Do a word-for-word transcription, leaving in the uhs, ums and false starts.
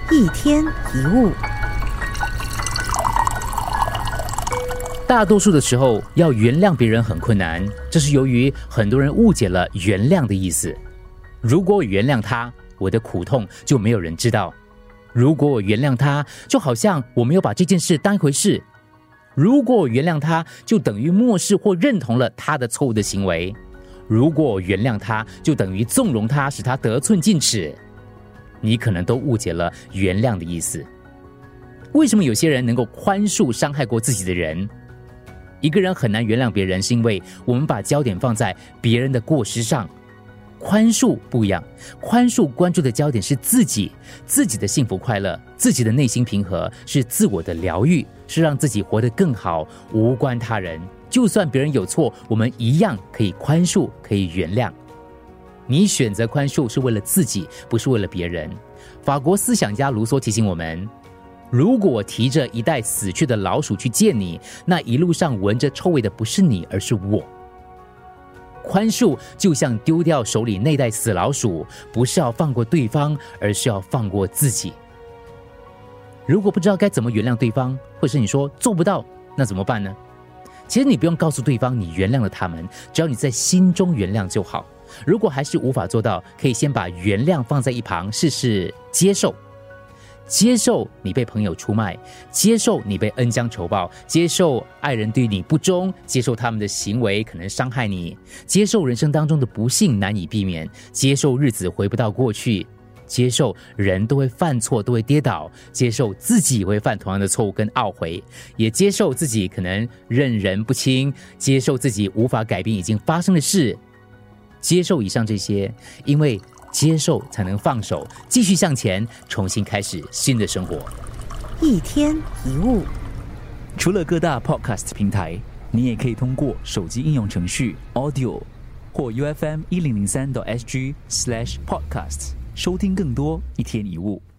一天一物。 大多数的时候，要原谅别人很困难，这是由于很多人误解了原谅的意思。如果我原谅他，我的苦痛就没有人知道；如果我原谅他，就好像我没有把这件事当一回事；如果我原谅他，就等于漠视或认同了他的错误的行为；如果我原谅他，就等于纵容他，使他得寸进尺。你可能都误解了原谅的意思。为什么有些人能够宽恕伤害过自己的人？一个人很难原谅别人，是因为我们把焦点放在别人的过失上。宽恕不一样，宽恕关注的焦点是自己，自己的幸福快乐，自己的内心平和，是自我的疗愈，是让自己活得更好，无关他人。就算别人有错，我们一样可以宽恕，可以原谅。你选择宽恕是为了自己，不是为了别人。法国思想家卢梭提醒我们，如果我提着一袋死去的老鼠去见你，那一路上闻着臭味的不是你，而是我。宽恕就像丢掉手里那袋死老鼠，不是要放过对方，而是要放过自己。如果不知道该怎么原谅对方，或是你说做不到，那怎么办呢？其实你不用告诉对方你原谅了他们，只要你在心中原谅就好。如果还是无法做到，可以先把原谅放在一旁，试试接受。接受你被朋友出卖，接受你被恩将仇报，接受爱人对你不忠，接受他们的行为可能伤害你，接受人生当中的不幸难以避免，接受日子回不到过去，接受人都会犯错，都会跌倒，接受自己会犯同样的错误跟懊悔，也接受自己可能认人不清，接受自己无法改变已经发生的事。接受以上这些，因为接受才能放手，继续向前，重新开始新的生活。 一天一物。 除了各大 podcast 平台，你也可以通过手机应用程序 Audio 或 U F M 一零零三 点 S G slash podcast 收听更多一天一物。